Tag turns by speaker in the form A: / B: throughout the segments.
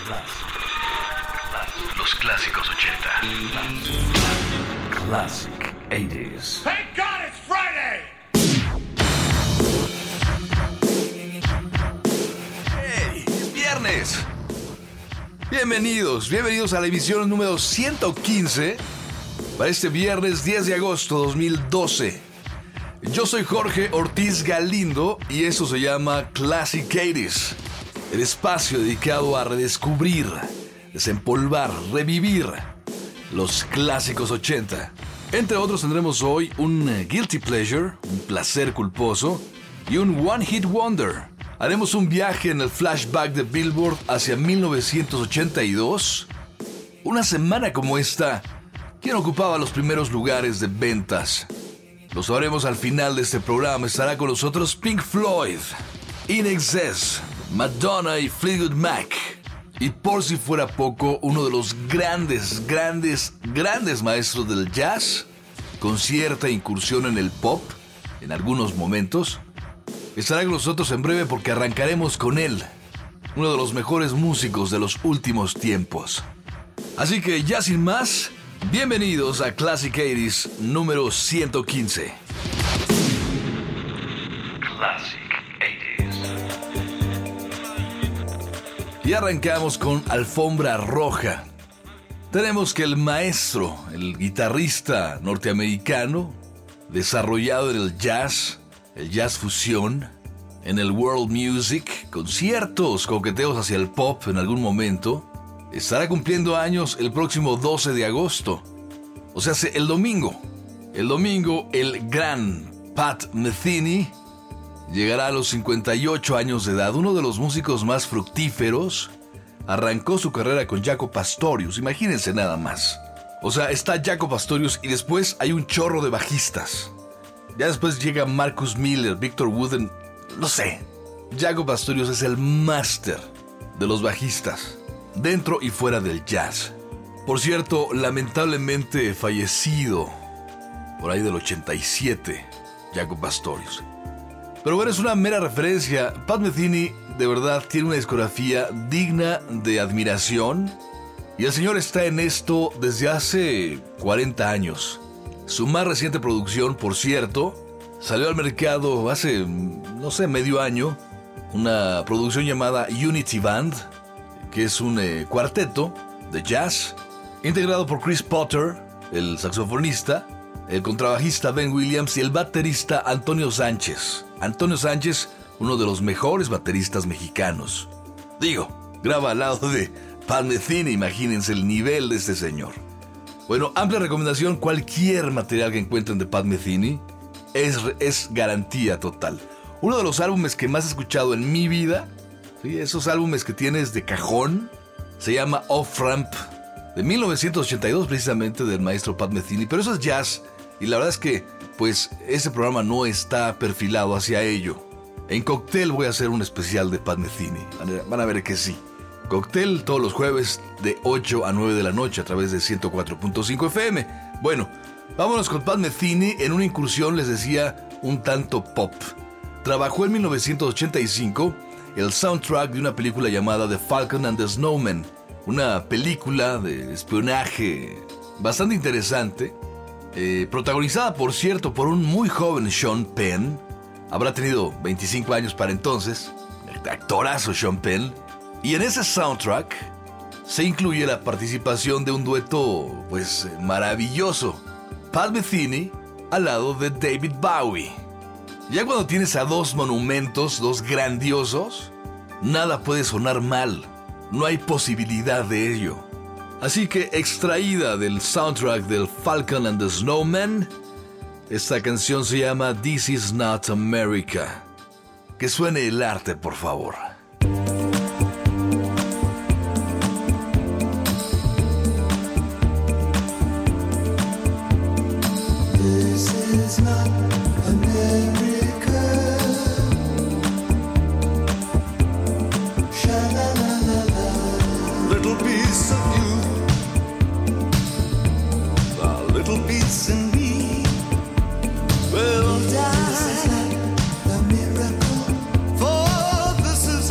A: Los clásicos 80. Classic 80s.
B: Thank God it's Friday!
C: ¡Hey! ¡Es viernes! Bienvenidos a la emisión número 115 para este viernes 10 de agosto 2012. Yo soy Jorge Ortiz Galindo y esto se llama Classic 80s, el espacio dedicado a redescubrir, desempolvar, revivir los clásicos 80. Entre otros tendremos hoy un Guilty Pleasure, un placer culposo y un One Hit Wonder. Haremos un viaje en el flashback de Billboard hacia 1982. Una semana como esta, ¿quién ocupaba los primeros lugares de ventas? Lo sabremos al final de este programa. Estará con nosotros Pink Floyd, In Excess, Madonna y Fleetwood Mac. Y por si fuera poco, uno de los grandes maestros del jazz, con cierta incursión en el pop, en algunos momentos, estará con nosotros en breve porque arrancaremos con él, uno de los mejores músicos de los últimos tiempos. Así que ya sin más, bienvenidos a Classic 80s número 115.
A: Classic 80s.
C: Y arrancamos con Alfombra Roja. Tenemos que el maestro, el guitarrista norteamericano, desarrollado en el jazz fusión, en el world music, con ciertos coqueteos hacia el pop en algún momento, estará cumpliendo años el próximo 12 de agosto. O sea, el domingo, el gran Pat Metheny llegará a los 58 años de edad, uno de los músicos más fructíferos. Arrancó su carrera con Jaco Pastorius, imagínense nada más. O sea, está Jaco Pastorius y después hay un chorro de bajistas. Ya después llega Marcus Miller, Victor Wooden, no sé. Jaco Pastorius es el máster de los bajistas, dentro y fuera del jazz. Por cierto, lamentablemente fallecido por ahí del 87, Jaco Pastorius. Pero bueno, es una mera referencia. Pat Metheny de verdad tiene una discografía digna de admiración. Y el señor está en esto desde hace 40 años. Su más reciente producción, por cierto, salió al mercado hace, no sé, medio año. Una producción llamada Unity Band, que es un cuarteto de jazz, integrado por Chris Potter, el saxofonista, el contrabajista Ben Williams y el baterista Antonio Sánchez. Antonio Sánchez, uno de los mejores bateristas mexicanos. Digo, graba al lado de Pat Metheny, imagínense el nivel de este señor. Bueno, amplia recomendación, cualquier material que encuentren de Pat Metheny es garantía total. Uno de los álbumes que más he escuchado en mi vida, ¿sí? Esos álbumes que tienes de cajón, se llama Off Ramp, de 1982 precisamente, del maestro Pat Metheny. Pero eso es jazz, y la verdad es que, pues, ese programa no está perfilado hacia ello. En Cocktail voy a hacer un especial de Pat Metheny, van a ver que sí. Cocktail todos los jueves de 8 a 9 de la noche a través de 104.5 FM. Bueno, vámonos con Pat Metheny en una incursión, les decía, un tanto pop. Trabajó en 1985 el soundtrack de una película llamada The Falcon and the Snowman, una película de espionaje bastante interesante, protagonizada, por cierto, por un muy joven Sean Penn. Habrá tenido 25 años para entonces, el actorazo Sean Penn. Y en ese soundtrack se incluye la participación de un dueto, pues, maravilloso. Pat Metheny al lado de David Bowie. Ya cuando tienes a dos monumentos, dos grandiosos, nada puede sonar mal. No hay posibilidad de ello. Así que, extraída del soundtrack del Falcon and the Snowman, esta canción se llama This Is Not America. Que suene el arte, por favor.
D: Little piece of you, a little piece in me will die. This is not a miracle, for this is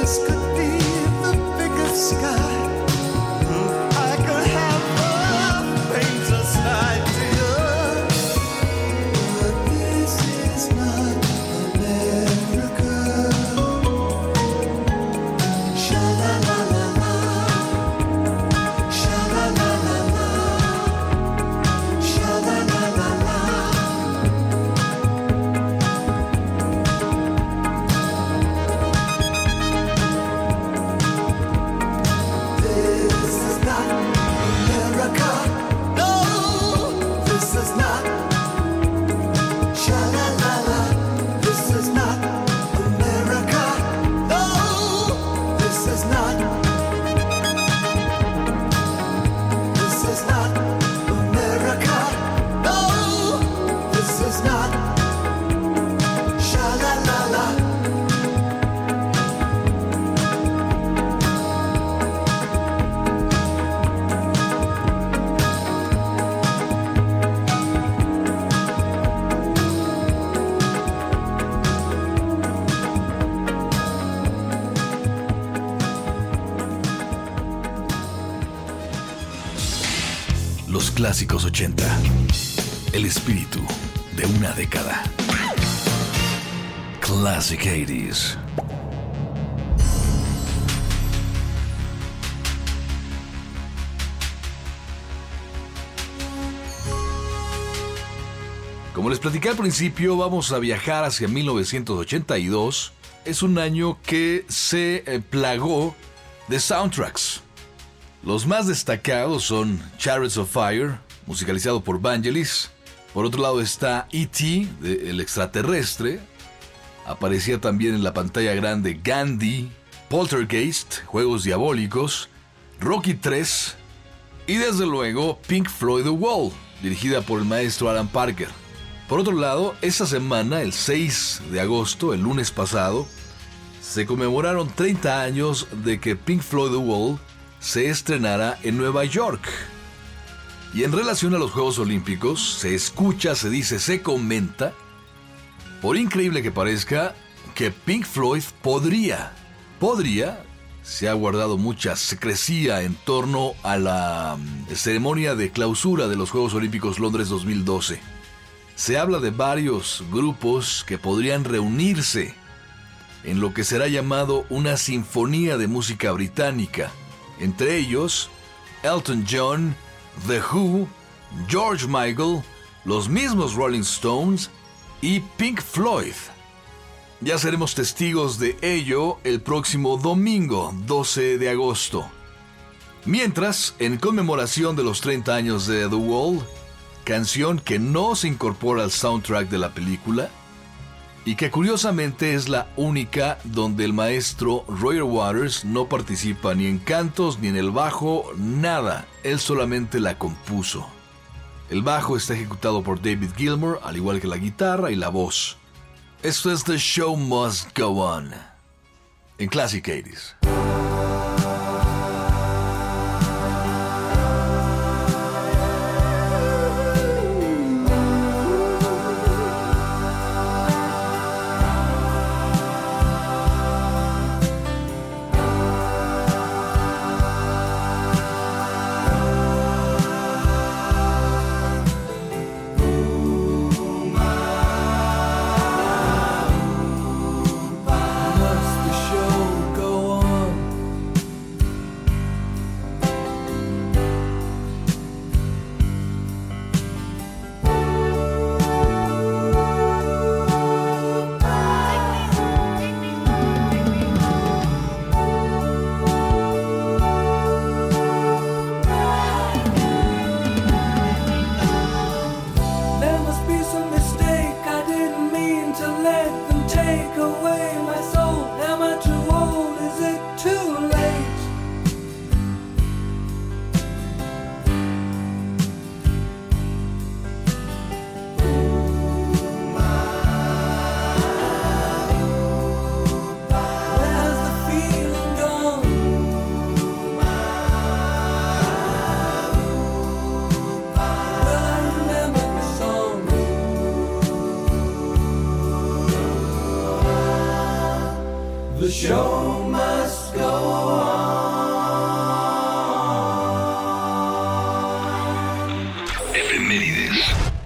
D: this could be the biggest sky. I could have the faintest idea, but this is not America. Sha la la la la, sha la la la la, sha la la la la. This is not America. No, this is not. Sha la la la. This is not America. No, this is not. This is not America. No, this is not. Sha la la la.
C: Los clásicos 80. El espíritu de una década. Classic 80s. Como les platicé al principio, vamos a viajar hacia 1982. Es un año que se plagó de soundtracks. Los más destacados son Chariots of Fire, musicalizado por Vangelis. Por otro lado está E.T., el extraterrestre. Aparecía también en la pantalla grande Gandhi, Poltergeist, Juegos Diabólicos, Rocky 3 y desde luego Pink Floyd The Wall, dirigida por el maestro Alan Parker. Por otro lado, esta semana, el 6 de agosto, el lunes pasado, se conmemoraron 30 años de que Pink Floyd The Wall se estrenara en Nueva York. Y en relación a los Juegos Olímpicos, se escucha, se dice, se comenta, por increíble que parezca, que Pink Floyd podría, se ha guardado mucha secrecía en torno a la ceremonia de clausura de los Juegos Olímpicos Londres 2012. Se habla de varios grupos que podrían reunirse en lo que será llamado una sinfonía de música británica. Entre ellos, Elton John, The Who, George Michael, los mismos Rolling Stones y Pink Floyd. Ya seremos testigos de ello el próximo domingo, 12 de agosto. Mientras, en conmemoración de los 30 años de The Wall, canción que no se incorpora al soundtrack de la película y que curiosamente es la única donde el maestro Roger Waters no participa ni en cantos ni en el bajo, nada, él solamente la compuso. El bajo está ejecutado por David Gilmour, al igual que la guitarra y la voz. Esto es The Show Must Go On en Classic 80s.
D: show must go on.
A: Efemérides.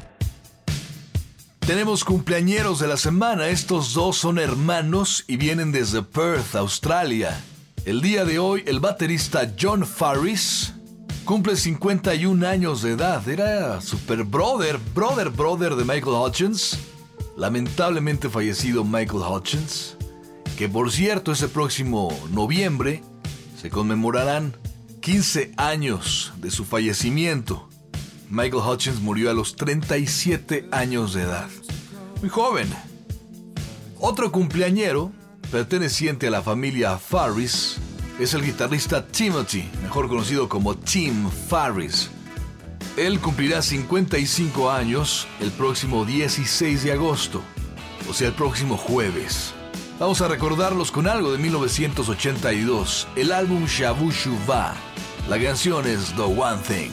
C: Tenemos cumpleañeros de la semana. Estos dos son hermanos y vienen desde Perth, Australia. El día de hoy, el baterista Jon Farriss cumple 51 años de edad. Era super brother de Michael Hutchence. Lamentablemente fallecido Michael Hutchence. Que por cierto, ese próximo noviembre se conmemorarán 15 años de su fallecimiento. Michael Hutchence murió a los 37 años de edad. Muy joven. Otro cumpleañero, perteneciente a la familia Farriss, es el guitarrista Timothy, mejor conocido como Tim Farriss. Él cumplirá 55 años el próximo 16 de agosto, o sea, el próximo jueves. Vamos a recordarlos con algo de 1982, el álbum Shabu Shuva. La canción es The One Thing.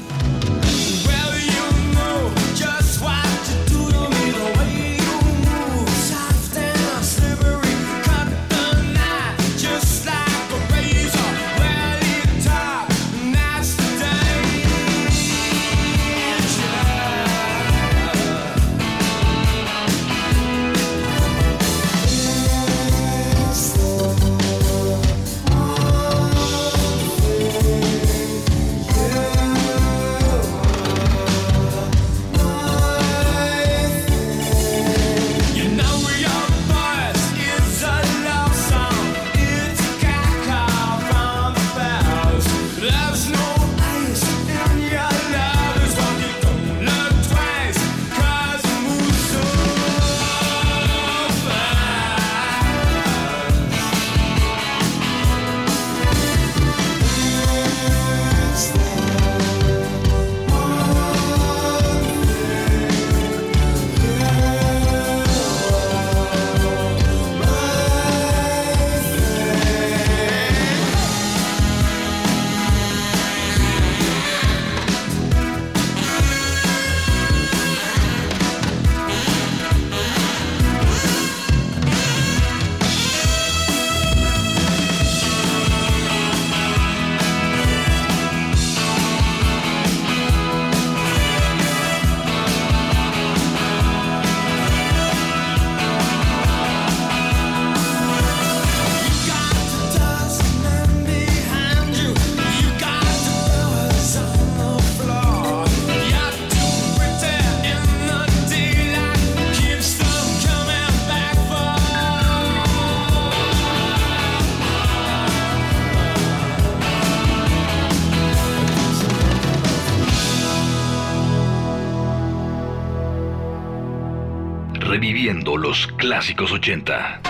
A: Reviviendo los clásicos 80.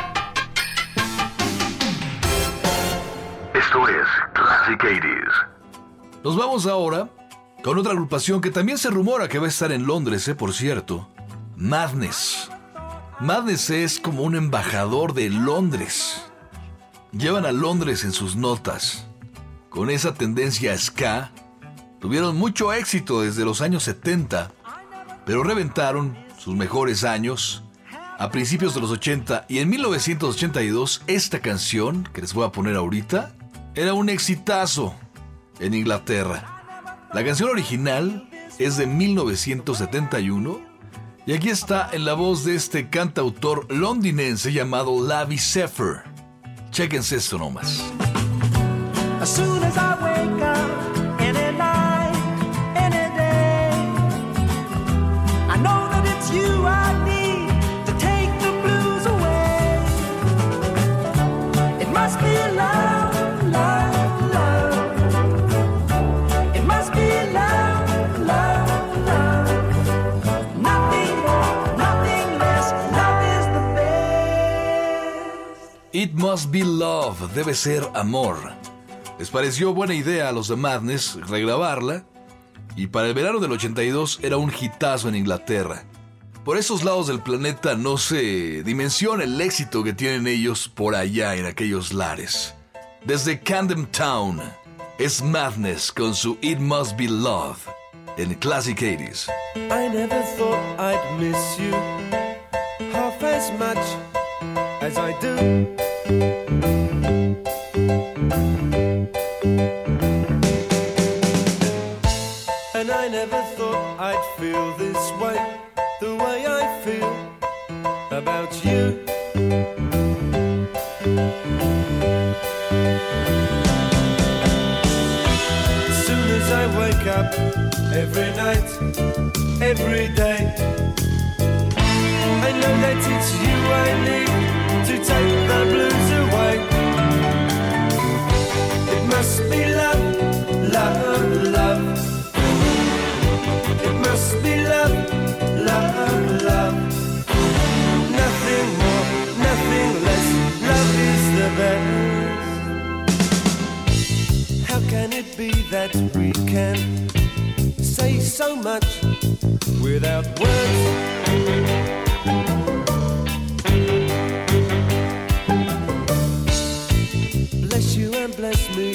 A: Esto es Classic 80s.
C: Nos vamos ahora con otra agrupación que también se rumora que va a estar en Londres, por cierto. Madness. Madness es como un embajador de Londres. Llevan a Londres en sus notas. Con esa tendencia ska, tuvieron mucho éxito desde los años 70, pero reventaron sus mejores años a principios de los 80, y en 1982 esta canción que les voy a poner ahorita era un exitazo en Inglaterra. La canción original es de 1971 y aquí está en la voz de este cantautor londinense llamado Lavi Sefer. Chéquense esto nomás.
B: As soon as I wake up, any night, any day, I know that it's you I need to take the blues away. It must be love, love, love. It must be love, love, love. Nothing more, nothing less, love is the best.
C: It must be love, debe ser amor. Les pareció buena idea a los de Madness regrabarla, y para el verano del 82 era un hitazo en Inglaterra. Por esos lados del planeta no se dimensiona el éxito que tienen ellos por allá en aquellos lares. Desde Camden Town es Madness con su It Must Be Love en Classic 80s.
E: I never thought I'd miss you half as much as I do. As soon as I wake up, every night, every day, I know that it's you I need to take the blues away. It must be love, love, love. It must be love, love, love. Nothing more, nothing less. Love is the best. How can it be that we can say so much without words? Bless you and bless me.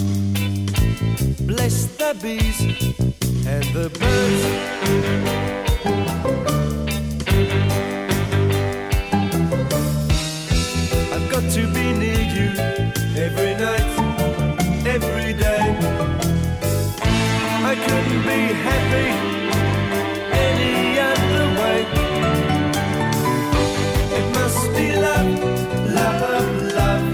E: Bless the bees and the birds. I've got to be near you every night, every day. I couldn't be happy any other way. It must be love, love, love.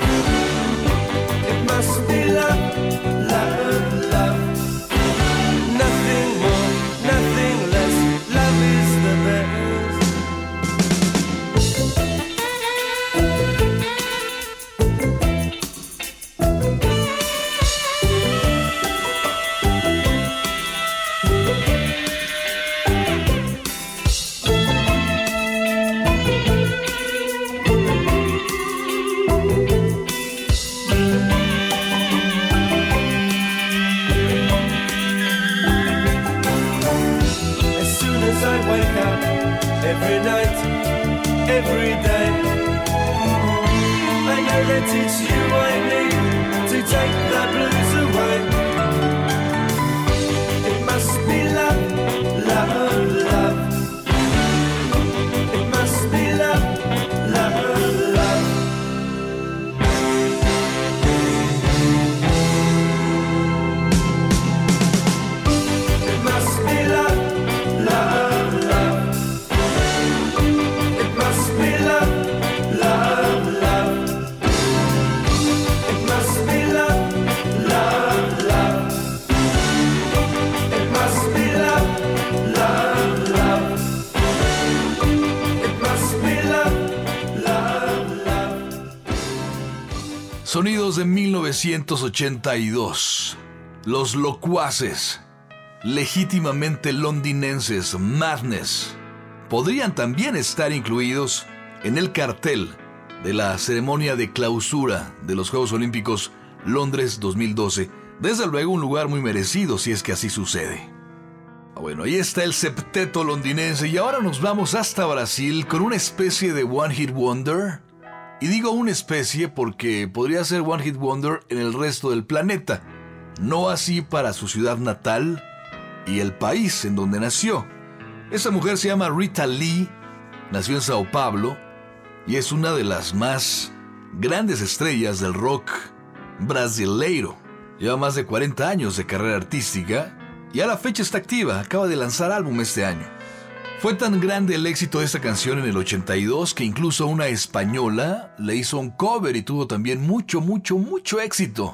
E: It must be love, love, love. Nothing more, nothing less. Love is the best. Every night, every day, I know that it's you I need to take the blues away. It must be love, love, love. It must be love, love, love. It must be love, love, love. It must be love, love, love. It must be love, love, love. It must be love, love, love. It must be love, love, love.
C: Sonidos de 1982. Los Locuaces, legítimamente londinenses, Madness, podrían también estar incluidos en el cartel de la ceremonia de clausura de los Juegos Olímpicos Londres 2012. Desde luego un lugar muy merecido si es que así sucede. Bueno, ahí está el septeto londinense y ahora nos vamos hasta Brasil con una especie de One Hit Wonder. Y digo una especie porque podría ser One Hit Wonder en el resto del planeta, no así para su ciudad natal y el país en donde nació. Esa mujer se llama Rita Lee, nació en Sao Paulo y es una de las más grandes estrellas del rock brasileiro. Lleva más de 40 años de carrera artística y a la fecha está activa, acaba de lanzar álbum este año. Fue tan grande el éxito de esta canción en el 82 que incluso una española le hizo un cover y tuvo también mucho éxito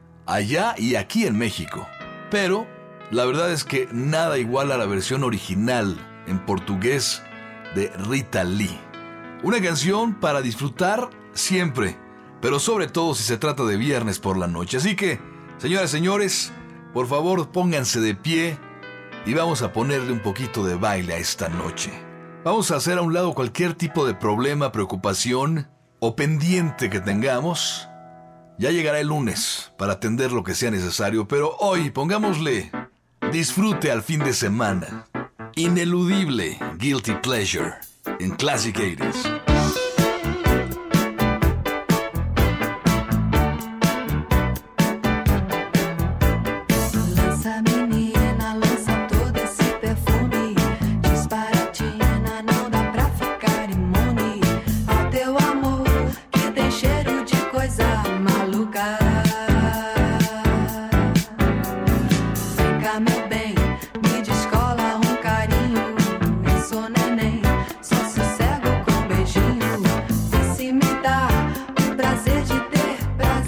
C: allá y aquí en México. Pero la verdad es que nada iguala a la versión original en portugués de Rita Lee. Una canción para disfrutar siempre, pero sobre todo si se trata de viernes por la noche. Así que, señoras y señores, por favor pónganse de pie y vamos a ponerle un poquito de baile a esta noche. Vamos a hacer a un lado cualquier tipo de problema, preocupación o pendiente que tengamos. Ya llegará el lunes para atender lo que sea necesario, pero hoy pongámosle disfrute al fin de semana. Ineludible Guilty Pleasure en Classic 80s.
F: Prazer de ter prazer.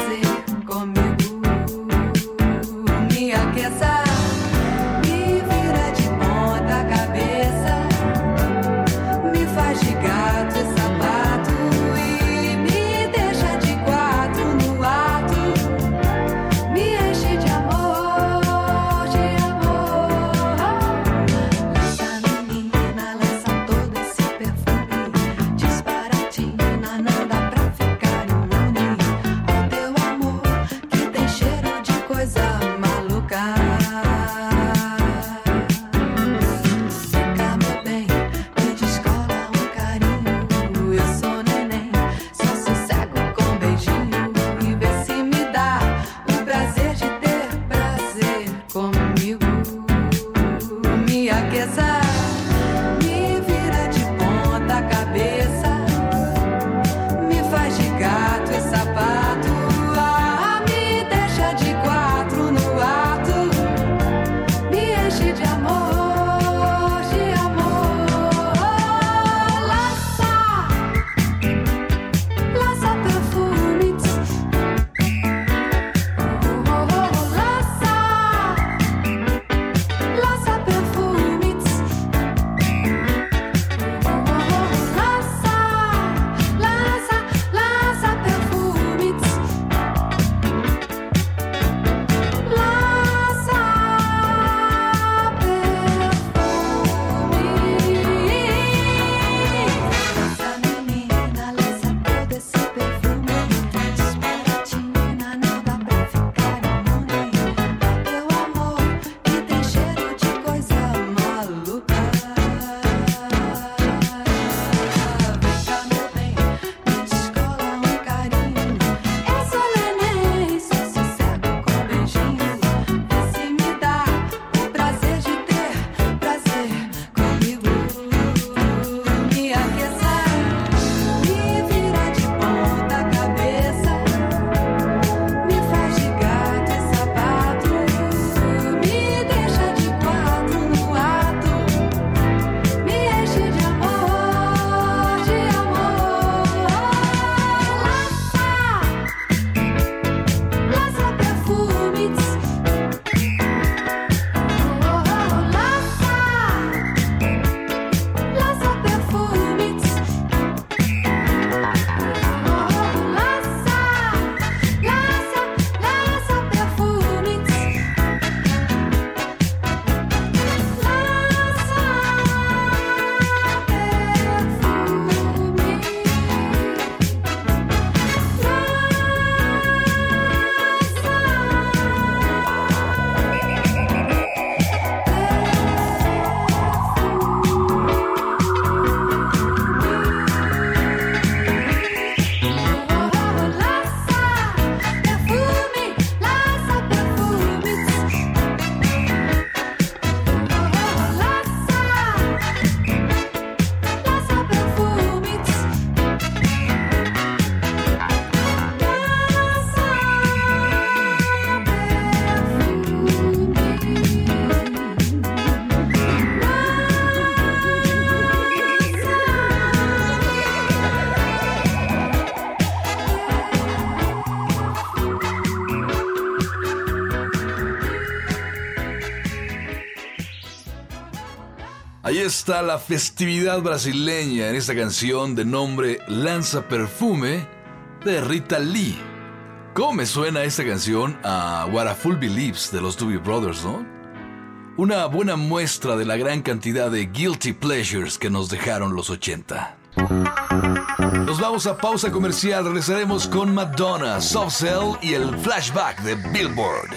C: Ahí está la festividad brasileña en esta canción de nombre Lanza Perfume de Rita Lee. ¿Cómo me suena esta canción a What a Fool Believes de los Doobie Brothers, no? Una buena muestra de la gran cantidad de guilty pleasures que nos dejaron los 80. Nos vamos a pausa comercial, regresaremos con Madonna, Soft Cell y el flashback de Billboard.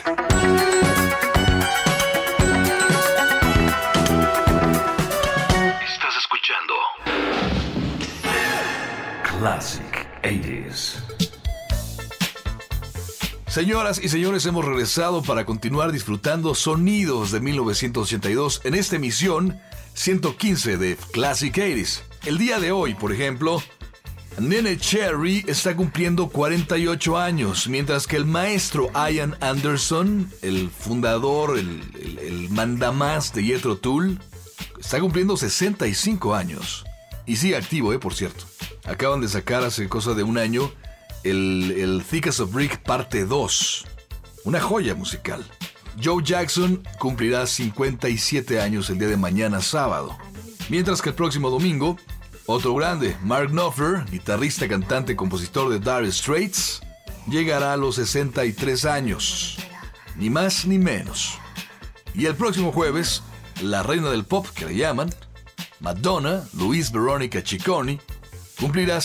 A: Estás escuchando Classic 80s.
C: Señoras y señores, hemos regresado para continuar disfrutando sonidos de 1982 en esta emisión 115 de Classic 80s. El día de hoy, por ejemplo, Nene Cherry está cumpliendo 48 años, mientras que el maestro Ian Anderson, el fundador, el mandamás de Jethro Tull, está cumpliendo 65 años. Y sigue activo, por cierto. Acaban de sacar hace cosa de un año el Thick as a Brick parte 2. Una joya musical. Joe Jackson cumplirá 57 años el día de mañana sábado. Mientras que el próximo domingo, otro grande, Mark Knopfler, guitarrista, cantante, compositor de Dire Straits, llegará a los 63 años. Ni más ni menos. Y el próximo jueves, la reina del pop, que le llaman, Madonna, Louise Veronica Ciccone, cumplirá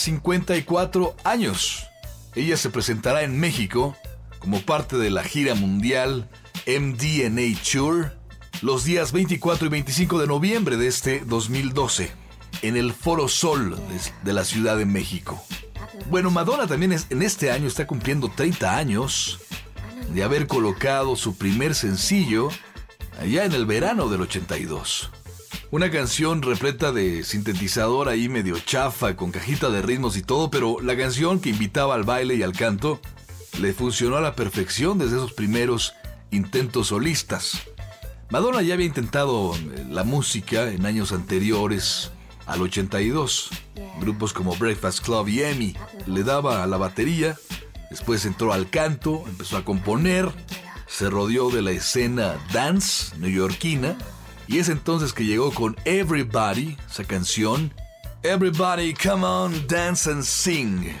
C: 54 años. Ella se presentará en México como parte de la gira mundial MDNA Tour los días 24 y 25 de noviembre de este 2012 en el Foro Sol de la Ciudad de México. Bueno, Madonna también en este año está cumpliendo 30 años de haber colocado su primer sencillo allá en el verano del 82. Una canción repleta de sintetizador ahí medio chafa, con cajita de ritmos y todo, pero la canción que invitaba al baile y al canto le funcionó a la perfección desde esos primeros intentos solistas. Madonna ya había intentado la música en años anteriores al 82. Grupos como Breakfast Club y Emmy le daba a la batería, después entró al canto, empezó a componer, se rodeó de la escena dance neoyorquina, y es entonces que llegó con Everybody, esa canción. Everybody come on, dance and sing.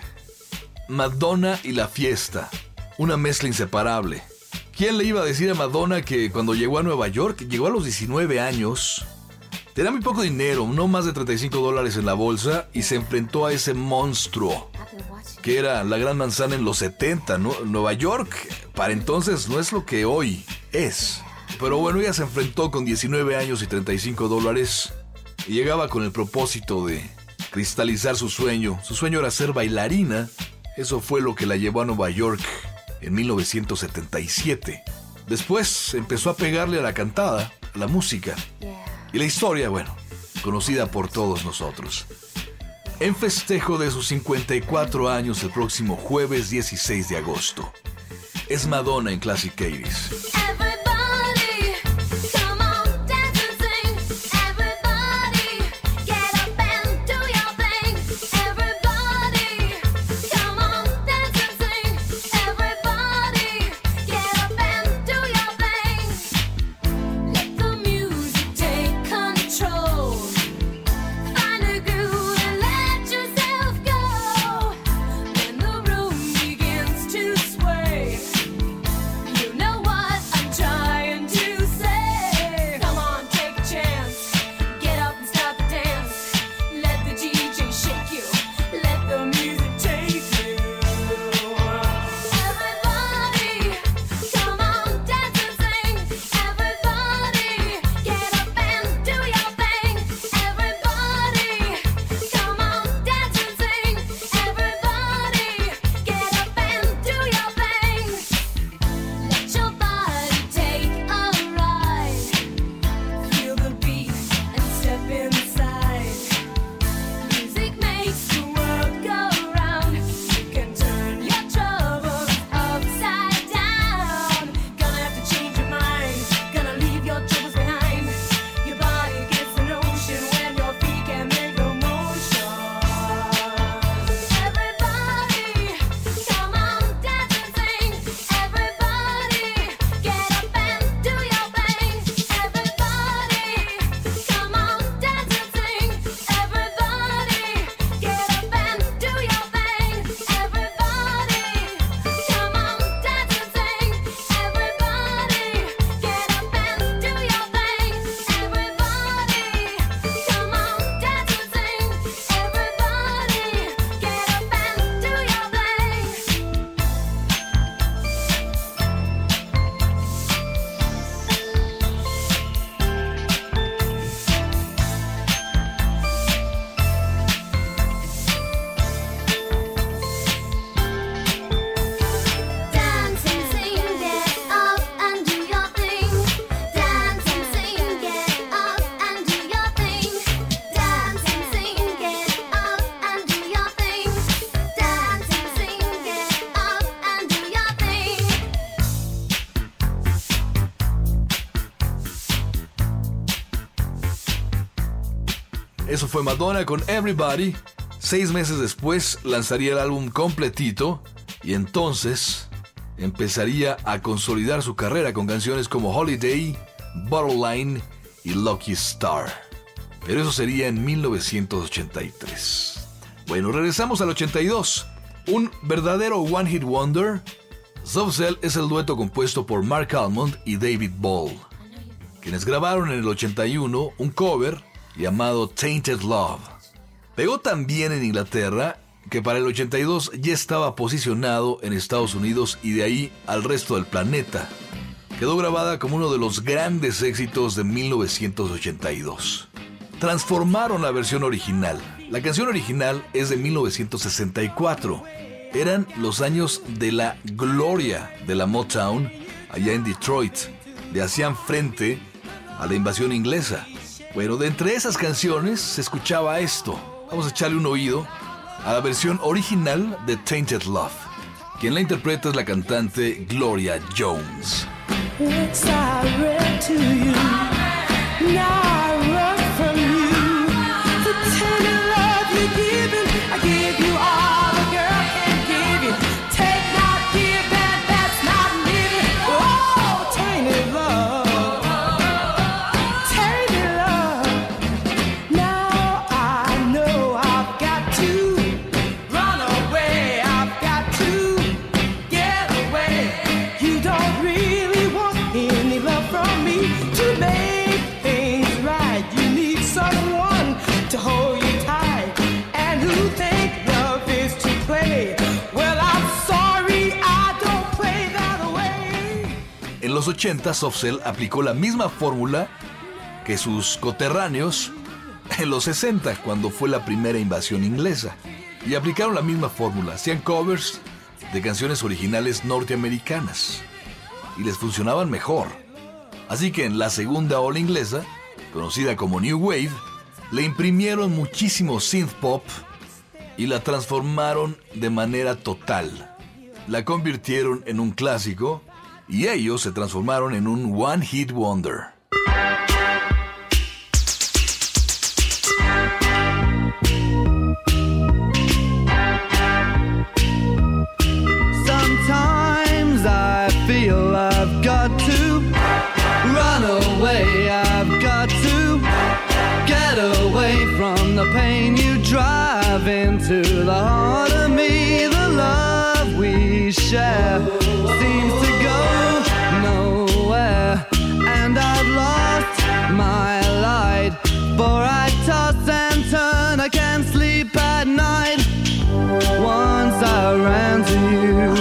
C: Madonna y la fiesta, una mezcla inseparable. ¿Quién le iba a decir a Madonna que cuando llegó a Nueva York, llegó a los 19 años, tenía muy poco dinero, no más de $35 en la bolsa, y se enfrentó a ese monstruo que era la Gran Manzana en los 70, ¿no? Nueva York para entonces no es lo que hoy es. Pero bueno, ella se enfrentó con 19 años y $35 y llegaba con el propósito de cristalizar su sueño. Su sueño era ser bailarina. Eso fue lo que la llevó a Nueva York en 1977. Después empezó a pegarle a la cantada, a la música. Y la historia, bueno, conocida por todos nosotros. En festejo de sus 54 años el próximo jueves 16 de agosto. Es Madonna en Classic 80s.
F: What
C: Eso fue Madonna con Everybody. 6 meses después lanzaría el álbum completito y entonces empezaría a consolidar su carrera con canciones como Holiday, Borderline y Lucky Star. Pero eso sería en 1983. Bueno, regresamos al 82. Un verdadero One Hit Wonder. Soft Cell es el dueto compuesto por Mark Almond y David Ball, quienes grabaron en el 81 un cover llamado Tainted Love. Pegó tan bien en Inglaterra que para el 82 ya estaba posicionado en Estados Unidos y de ahí al resto del planeta. Quedó grabada como uno de los grandes éxitos de 1982. Transformaron la versión original. La canción original es de 1964. Eran los años de la gloria de la Motown allá en Detroit. Le hacían frente a la invasión inglesa. Bueno, de entre esas canciones se escuchaba esto. Vamos a echarle un oído a la versión original de Tainted Love. Quien la interpreta es la cantante Gloria Jones.
B: Once I read to you, now I run from you. The tender love you're giving, I give you all a girl can give you. Take not, give, and that's not living. Oh, tainted love, tainted love. Now I know I've got to run away, I've got to get away. You don't really want any love from me to make things right. You need someone to hold you tight and who think love is to play. Well, I'm sorry, I don't play that way.
C: En los 80, Soft Cell aplicó la misma fórmula que sus coterráneos en los 60, cuando fue la primera invasión inglesa. Y aplicaron la misma fórmula. Hacían covers de canciones originales norteamericanas. Y les funcionaban mejor. Así que en la segunda ola inglesa, conocida como New Wave, le imprimieron muchísimo synth pop y la transformaron de manera total. La convirtieron en un clásico y ellos se transformaron en un One Hit Wonder.
E: Sometimes I feel I've got to run away, I've got to get away from the pain you drive into the heart of me. The love we share seems to go nowhere, and I've lost my light, for I toss and turn, I can't sleep at night. Once I ran to you,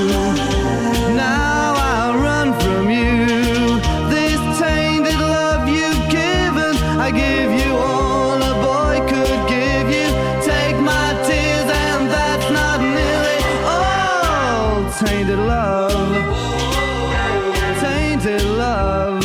E: now I run from you. This tainted love you've given, I give you all a boy could give you. Take my tears and that's not nearly all. Tainted love, tainted love.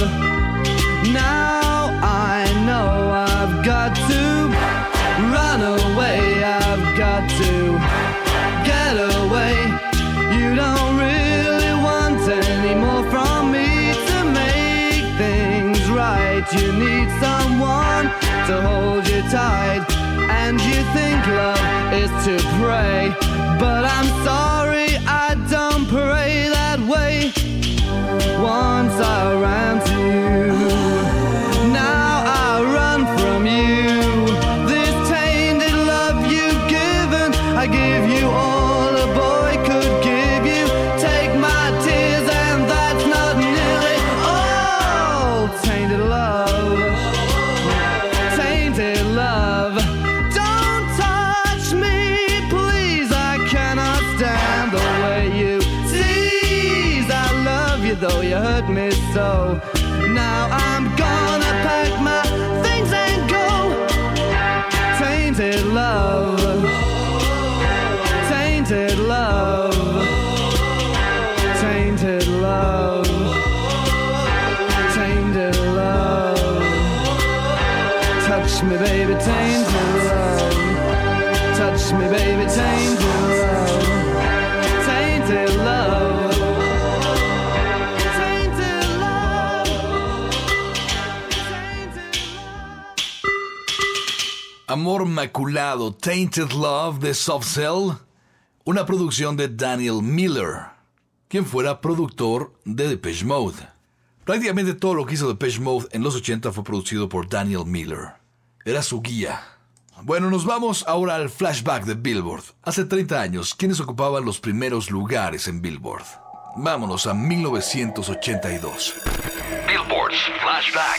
E: Now I know I've got to run away, I've got to get away. You don't really want any more from me to make things right. You need someone to hold you tight, and you think love is to pray, but I'm sorry, I don't pray that way. Once I ran to you, now I run from you. This tainted love you've given, I give you all a boy could give you. Take my tears and that's not nearly all. Tainted love, tainted love. Don't touch me, please, I cannot stand the way you tease. I love you though you hurt me so. Now I'm gonna pack my things and go. Tainted love, tainted love, tainted love, tainted love. Touch me, baby, tainted love. Touch me, baby, tainted love. Tainted love. Tainted love. Tainted love.
C: Amor Maculado, Tainted Love de Soft Cell, una producción de Daniel Miller, quien fuera productor de Depeche Mode. Prácticamente todo lo que hizo Depeche Mode en los 80 fue producido por Daniel Miller. Era su guía. Bueno, nos vamos ahora al flashback de Billboard. Hace 30 años, ¿quiénes ocupaban los primeros lugares en Billboard? Vámonos a 1982.
A: Billboard's Flashback.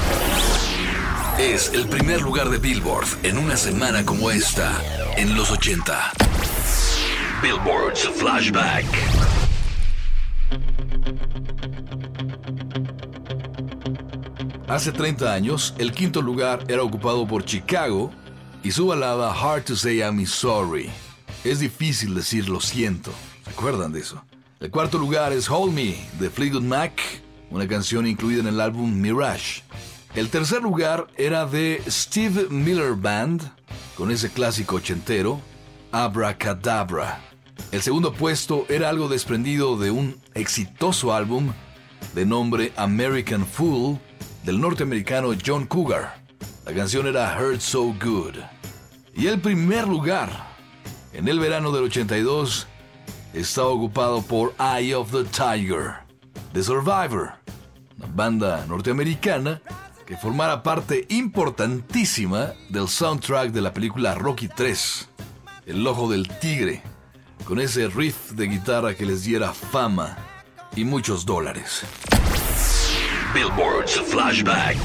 C: Es el primer lugar de Billboard en una semana como esta, en los 80.
A: Billboard's Flashback.
C: Hace 30 años, el quinto lugar era ocupado por Chicago y su balada Hard to Say I'm Sorry. Es difícil decir lo siento. ¿Se acuerdan de eso? El cuarto lugar es Hold Me, de Fleetwood Mac, una canción incluida en el álbum Mirage. El tercer lugar era de Steve Miller Band, con ese clásico ochentero, Abracadabra. El segundo puesto era algo desprendido de un exitoso álbum de nombre American Fool, del norteamericano John Cougar. La canción era Hurt So Good. Y el primer lugar, en el verano del 82, estaba ocupado por Eye of the Tiger, de Survivor, una banda norteamericana que formara parte importantísima del soundtrack de la película Rocky III, El Ojo del Tigre, con ese riff de guitarra que les diera fama y muchos dólares.
A: Billboard's Flashback.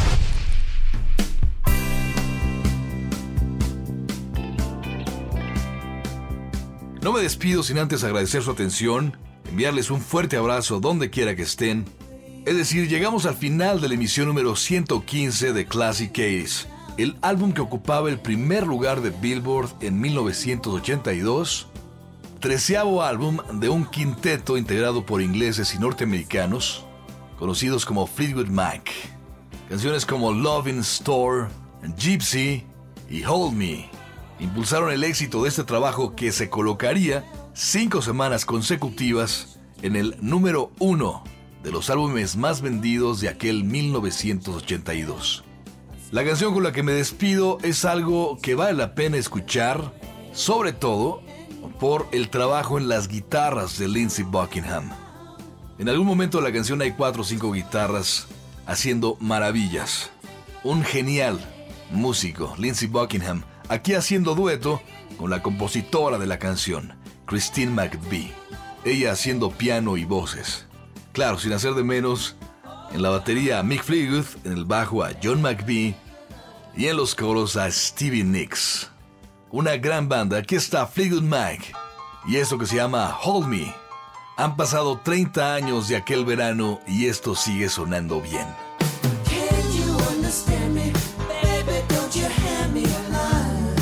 C: No me despido sin antes agradecer su atención, enviarles un fuerte abrazo donde quiera que estén. Es decir, llegamos al final de la emisión número 115 de Classic 80s, el álbum que ocupaba el primer lugar de Billboard en 1982, 13º álbum de un quinteto integrado por ingleses y norteamericanos, conocidos como Fleetwood Mac. Canciones como Love in Store, Gypsy y Hold Me impulsaron el éxito de este trabajo que se colocaría 5 semanas consecutivas en el número 1 de los álbumes más vendidos de aquel 1982. La canción con la que me despido es algo que vale la pena escuchar, sobre todo por el trabajo en las guitarras de Lindsey Buckingham. En algún momento de la canción hay 4 o 5 guitarras haciendo maravillas. Un genial músico, Lindsey Buckingham, aquí haciendo dueto con la compositora de la canción, Christine McVie. Ella haciendo piano y voces. Claro, sin hacer de menos, en la batería a Mick Fleetwood, en el bajo a John McVie y en los coros a Stevie Nicks. Una gran banda. Aquí está Fleetwood Mac y esto que se llama Hold Me. Han pasado 30 años de aquel verano y esto sigue sonando bien.
B: Can you understand me? Baby, don't you hand me a line.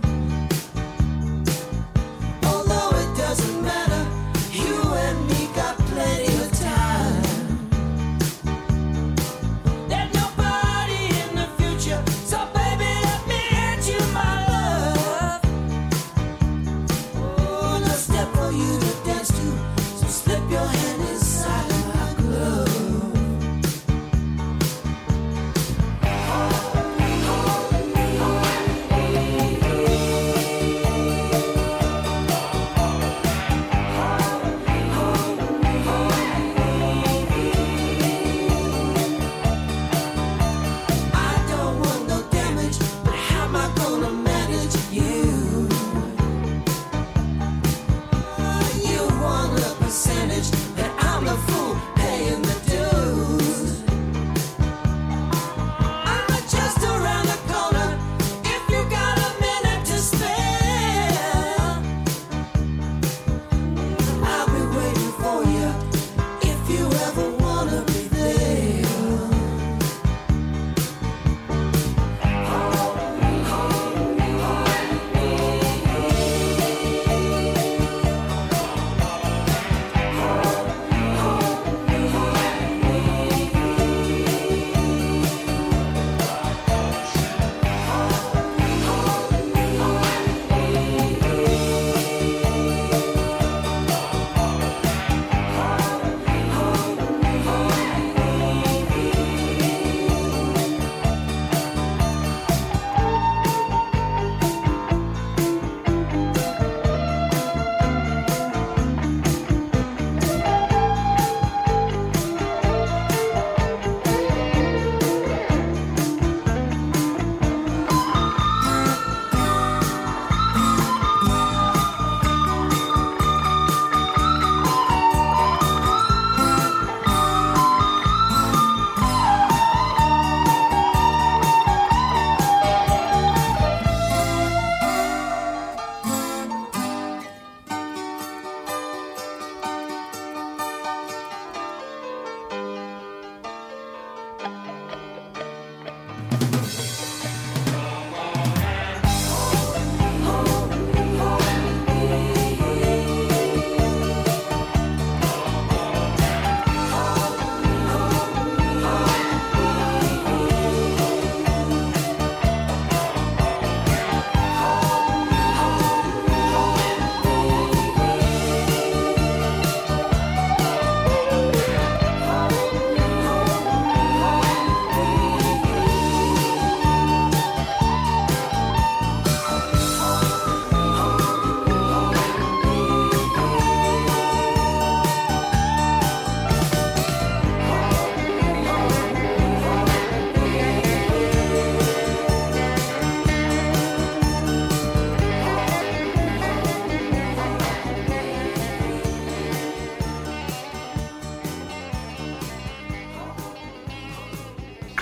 B: Although it doesn't matter, you and me got plenty of time. There's nobody in the future, so baby, let me hand you my love. Oh, no step for you to dance to, so slip your hand inside my glove.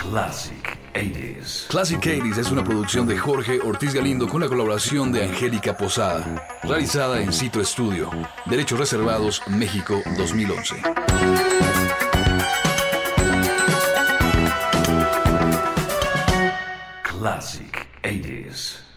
A: Classic 80s.
C: Classic 80s es una producción de Jorge Ortiz Galindo con la colaboración de Angélica Posada, realizada en Cito Estudio. Derechos reservados, México 2011.
A: Classic 80s.